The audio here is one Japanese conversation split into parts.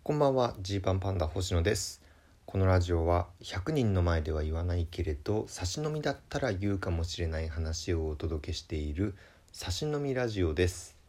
こんばんは、ジーパンパンダ星野です。このラジオは100人の前では言わないけれど差し飲みだったら言うかもしれない話をお届けしている差し飲みラジオです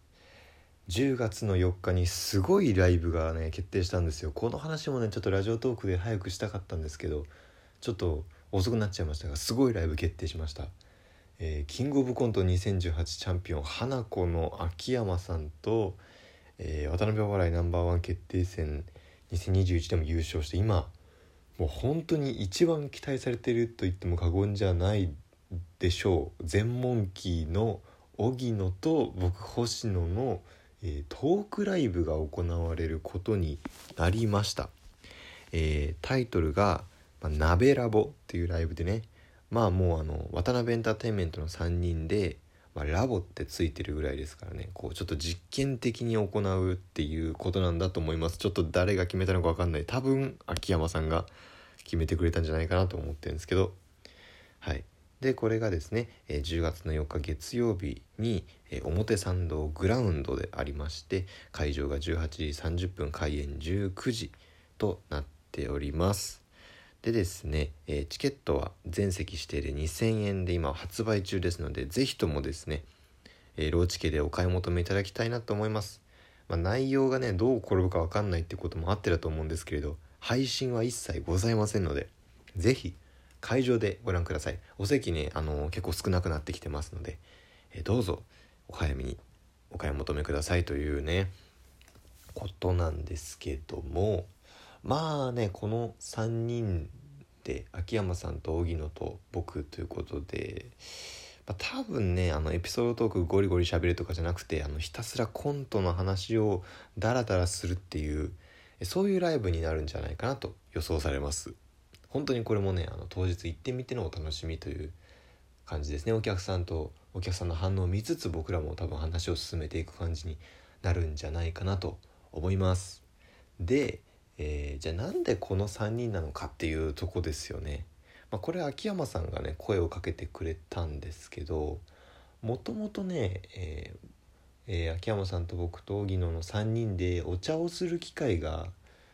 。10月の4日にすごいライブがね決定したんですよ。この話もねちょっとラジオトークで早くしたかったんですけど、ちょっと遅くなっちゃいましたが、すごいライブ決定しました。キングオブコント2018チャンピオン花子の秋山さんと、渡辺お笑いナンバーワン決定戦2021でも優勝して、今もう本当に一番期待されていると言っても過言じゃないでしょう。全問キーの荻野と僕星野の、トークライブが行われることになりました。タイトルが、鍋ラボっていうライブでね、もう渡辺エンターテインメントの3人で、ラボってついてるぐらいですからね、こうちょっと実験的に行うっていうことなんだと思います。ちょっと誰が決めたのか分かんない。多分秋山さんが決めてくれたんじゃないかなと思ってるんですけど、はい。でこれがですね、10月の4日月曜日に、表参道グラウンドでありまして、会場が18時30分開演19時となっております。でですね、チケットは全席指定で2000円で今発売中ですので、ぜひともですね、ローチケでお買い求めいただきたいなと思います。内容がねどう転ぶか分かんないってこともあってだと思うんですけれど、配信は一切ございませんので、ぜひ会場でご覧ください。お席ね結構少なくなってきてますので、どうぞお早めにお買い求めくださいというねことなんですけども、この3人で秋山さんと荻野と僕ということで、多分ねエピソードトークゴリゴリ喋るとかじゃなくて、ひたすらコントの話をダラダラするっていう、そういうライブになるんじゃないかなと予想されます。本当にこれもね当日行ってみてのお楽しみという感じですね。お客さんの反応を見つつ、僕らも多分話を進めていく感じになるんじゃないかなと思います。で、じゃあなんでこの3人なのかっていうとこですよね。これ秋山さんがね声をかけてくれたんですけど、もともとね、秋山さんと僕と荻野の3人でお茶をする機会が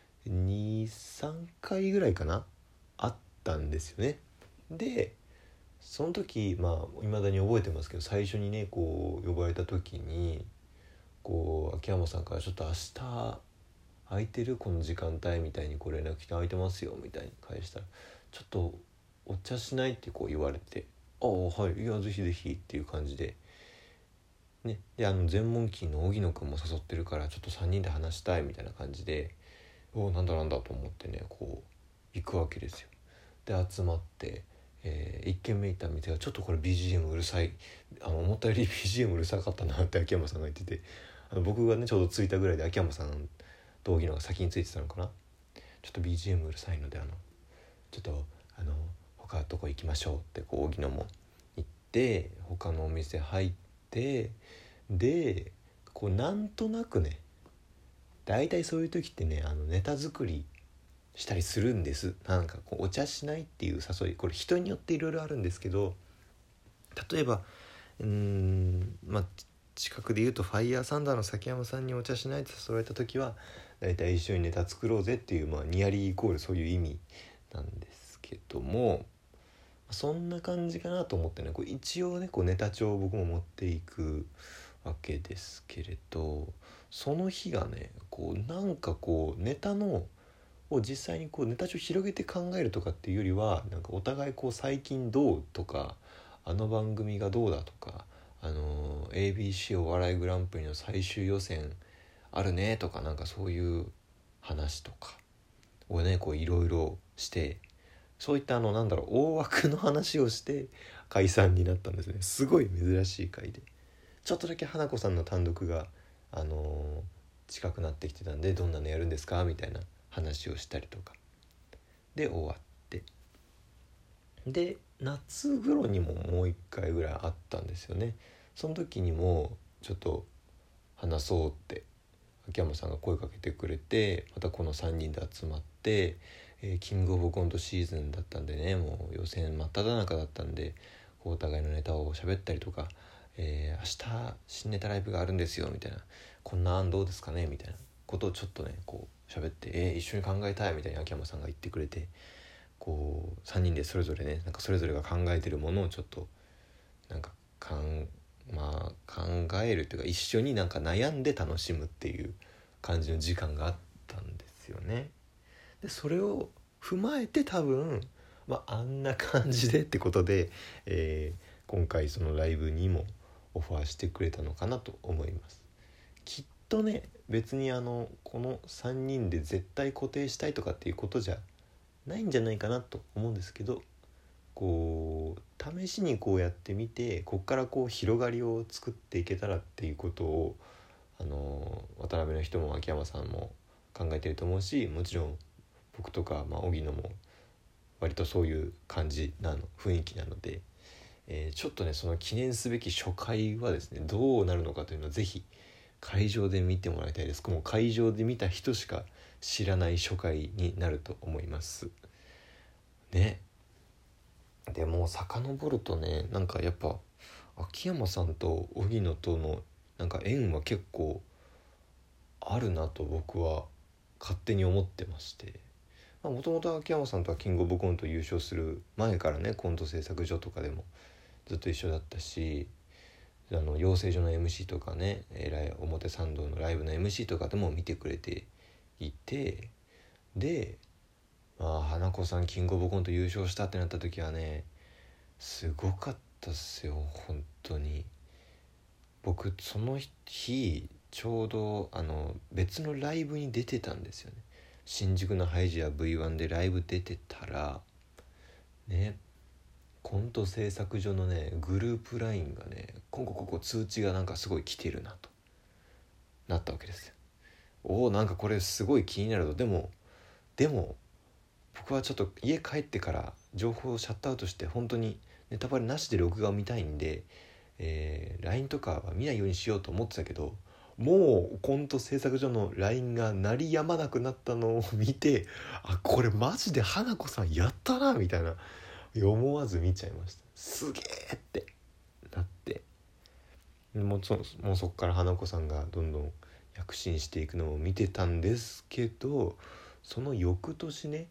2,3 回ぐらいかなあったんですよね。でその時未だに覚えてますけど、最初にねこう呼ばれた時にこう秋山さんからちょっと明日空いてるこの時間帯みたいに連絡来て、空いてますよみたいに返したら、ちょっとお茶しないってこう言われて、ああはい、いやぜひぜひっていう感じでね。で全問キーの荻野くんも誘ってるからちょっと3人で話したいみたいな感じで、なんだと思ってねこう行くわけですよ。で集まって、1軒目行った店がちょっとこれ BGM うるさい、思ったより BGM うるさかったなって秋山さんが言ってて、僕がねちょうど着いたぐらいで秋山さんと荻野が先に着いてたのかな。ちょっと BGM うるさいのでちょっと他のとこ行きましょうってこう荻野も行って、他のお店入って、でこうなんとなくね、大体そういう時ってねネタ作りしたりするんです。なんかこうお茶しないっていう誘い、これ人によっていろいろあるんですけど、例えば近くで言うとファイヤーサンダーの崎山さんにお茶しないって誘われた時は、大体一緒にネタ作ろうぜっていう、ニアリーイコールそういう意味なんですけども、そんな感じかなと思ってね、こう一応ねこうネタ帳を僕も持っていくわけですけれど、その日がねこうなんかこうネタのを実際にこうネタ帳広げて考えるとかっていうよりは、なんかお互いこう最近どうとか、あの番組がどうだとか、ABC お笑いグランプリの最終予選あるねとか、なんかそういう話とかをねこういろいろして、そういった大枠の話をして解散になったんですね。すごい珍しい回で、ちょっとだけ花子さんの単独が近くなってきてたんで、どんなのやるんですかみたいな話をしたりとかで終わって、で夏頃にももう一回ぐらいあったんですよね。その時にもちょっと話そうって秋山さんが声かけてくれて、またこの3人で集まって、キングオブコントシーズンだったんでね、もう予選真っ只中だったんで、お互いのネタを喋ったりとか、明日新ネタライブがあるんですよみたいな、こんな案どうですかねみたいなことをちょっとねこう喋って、一緒に考えたいみたいに秋山さんが言ってくれて、こう3人でそれぞれねなんかそれぞれが考えてるものをちょっとなんか考えるというか、一緒になんか悩んで楽しむっていう感じの時間があったんですよね。でそれを踏まえて多分、あんな感じでってことで、今回そのライブにもオファーしてくれたのかなと思います。きっとね別にこの3人で絶対固定したいとかっていうことじゃないんじゃないかなと思うんですけど、こう試しにこうやってみて、こっからこう広がりを作っていけたらっていうことを渡辺の人も秋山さんも考えてると思うし、もちろん僕とか荻野も割とそういう感じなの雰囲気なので、ちょっとねその記念すべき初回はですねどうなるのかというのをぜひ会場で見てもらいたいです。もう会場で見た人しか知らない初回になると思いますね。でもう遡るとね、なんかやっぱ秋山さんと荻野とのなんか縁は結構あるなと僕は勝手に思ってまして、もともと秋山さんとはキングオブコント優勝する前からねコント制作所とかでもずっと一緒だったし、養成所の MC とかね、表参道のライブの MC とかでも見てくれていて、で花子さんキングオブコント優勝したってなった時はねすごかったっすよ本当に。僕その日ちょうど別のライブに出てたんですよね。新宿のハイジア V1 でライブ出てたらね、コント制作所のねグループラインがねここ通知がなんかすごい来てるなとなったわけですよ。なんかこれすごい気になると。でも僕はちょっと家帰ってから情報をシャットアウトして本当にネタバレなしで録画を見たいんで、LINE とかは見ないようにしようと思ってたけど、もうコント制作所の LINE が鳴りやまなくなったのを見て、これマジで花子さんやったなみたいな思わず見ちゃいました。すげーってなって、もうそっから花子さんがどんどん躍進していくのを見てたんですけど、その翌年ね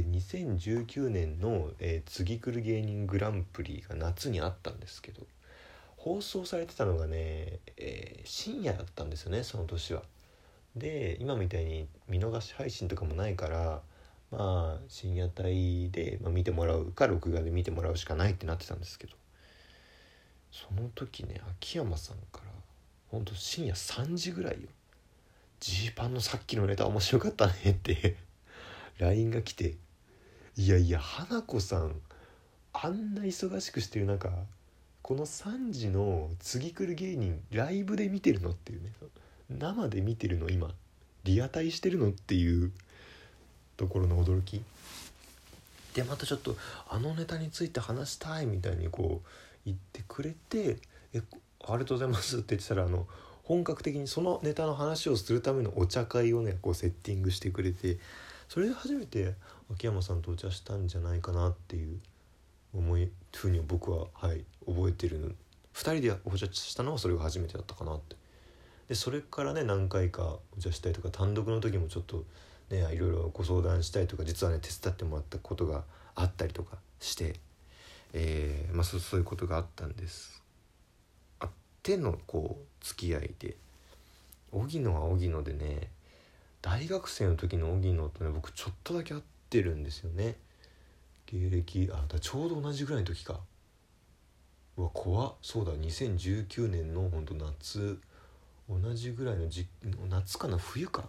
2019年の、次来る芸人グランプリが夏にあったんですけど、放送されてたのがね、深夜だったんですよねその年は。で今みたいに見逃し配信とかもないから、深夜帯で、見てもらうか録画で見てもらうしかないってなってたんですけど、その時ね秋山さんからほんと深夜3時ぐらいよ、ジーパンのさっきのネタ面白かったねってLINE が来て、いや花子さんあんな忙しくしてる中この3時の次来る芸人ライブで見てるのっていうね、生で見てるの今リアタイしてるのっていうところの驚きで、またちょっとネタについて話したいみたいにこう言ってくれて、ありがとうございますって言ってたら本格的にそのネタの話をするためのお茶会をねこうセッティングしてくれて、それで初めて秋山さんとお茶したんじゃないかなっていうふうに僕は覚えてる。2人でお茶したのはそれが初めてだったかなって。でそれからね何回かお茶したりとか、単独の時もちょっとねいろいろご相談したりとか、実はね手伝ってもらったことがあったりとかして、そういうことがあったんです。あってのこう付き合いで、荻野は荻野でね、大学生の時の荻野とね僕ちょっとだけ会ってるんですよね。芸歴ちょうど同じぐらいの時か。うわ怖っ。そうだ2019年のほんと夏、同じぐらいの夏かな冬か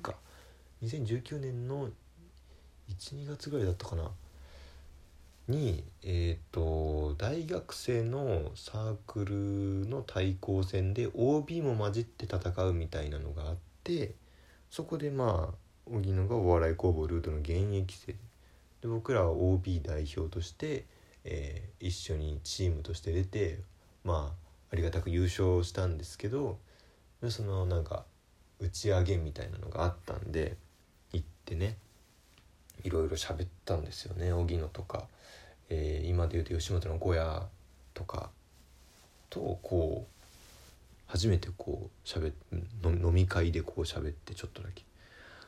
2019年の 1,2 月ぐらいだったかなに大学生のサークルの対抗戦で OB も混じって戦うみたいなのがあって、そこで荻野がお笑い工房ルートの現役生で、僕らは OB 代表として、一緒にチームとして出てありがたく優勝したんですけど、そのなんか打ち上げみたいなのがあったんで行ってね、いろいろ喋ったんですよね。荻野とか、今で言うと吉本の小屋とかとこう初めてこう飲み会でこう喋ってちょっとだけ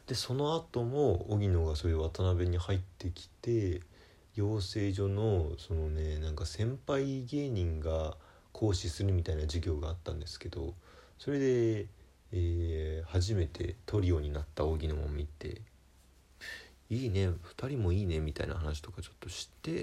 でその後も荻野がそういう渡辺に入ってきて、養成所のそのねなんか先輩芸人が講師するみたいな授業があったんですけど、それで、初めてトリオになった荻野も見て、いいね2人もいいねみたいな話とかちょっとして、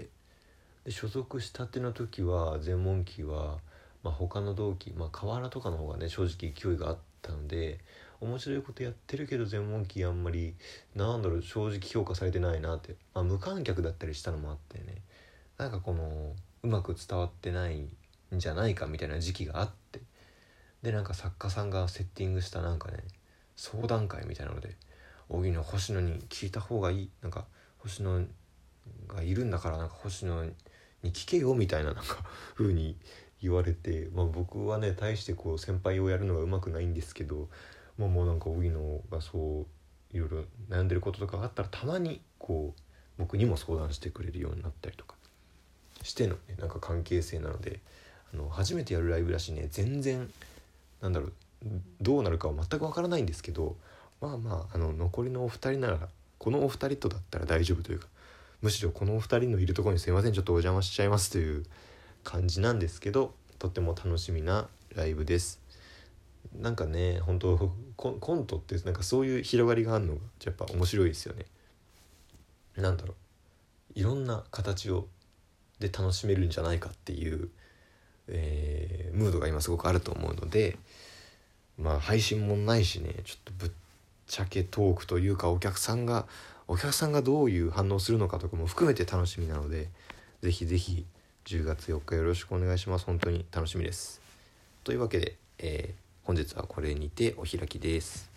で所属したての時は全問期は、他の同期、河原とかの方がね正直勢いがあったので、面白いことやってるけど全問期あんまり正直評価されてないなって、無観客だったりしたのもあってね、なんかこのうまく伝わってないんじゃないかみたいな時期があって、でなんか作家さんがセッティングしたなんかね相談会みたいなので、荻野星野に聞いた方がいい、なんか星野がいるんだからなんか星野に聞けよみたいななんか風に言われて、僕はね大してこう先輩をやるのがうまくないんですけど、もうなんか荻野がそういろいろ悩んでることとかがあったらたまにこう僕にも相談してくれるようになったりとかしての、ね、なんか関係性なので、初めてやるライブだしね、全然どうなるかは全くわからないんですけど、残りのお二人ならこのお二人とだったら大丈夫というか、むしろこのお二人のいるところにすいませんちょっとお邪魔しちゃいますという感じなんですけど、とっても楽しみなライブです。なんかね本当コントってなんかそういう広がりがあるのがやっぱ面白いですよね。いろんな形で楽しめるんじゃないかっていう、ムードが今すごくあると思うので、配信もないしね、ちょっとぶっちゃけトークというかお客さんがどういう反応するのかとかも含めて楽しみなので、ぜひぜひ10月4日よろしくお願いします。本当に楽しみです。というわけで、本日はこれにてお開きです。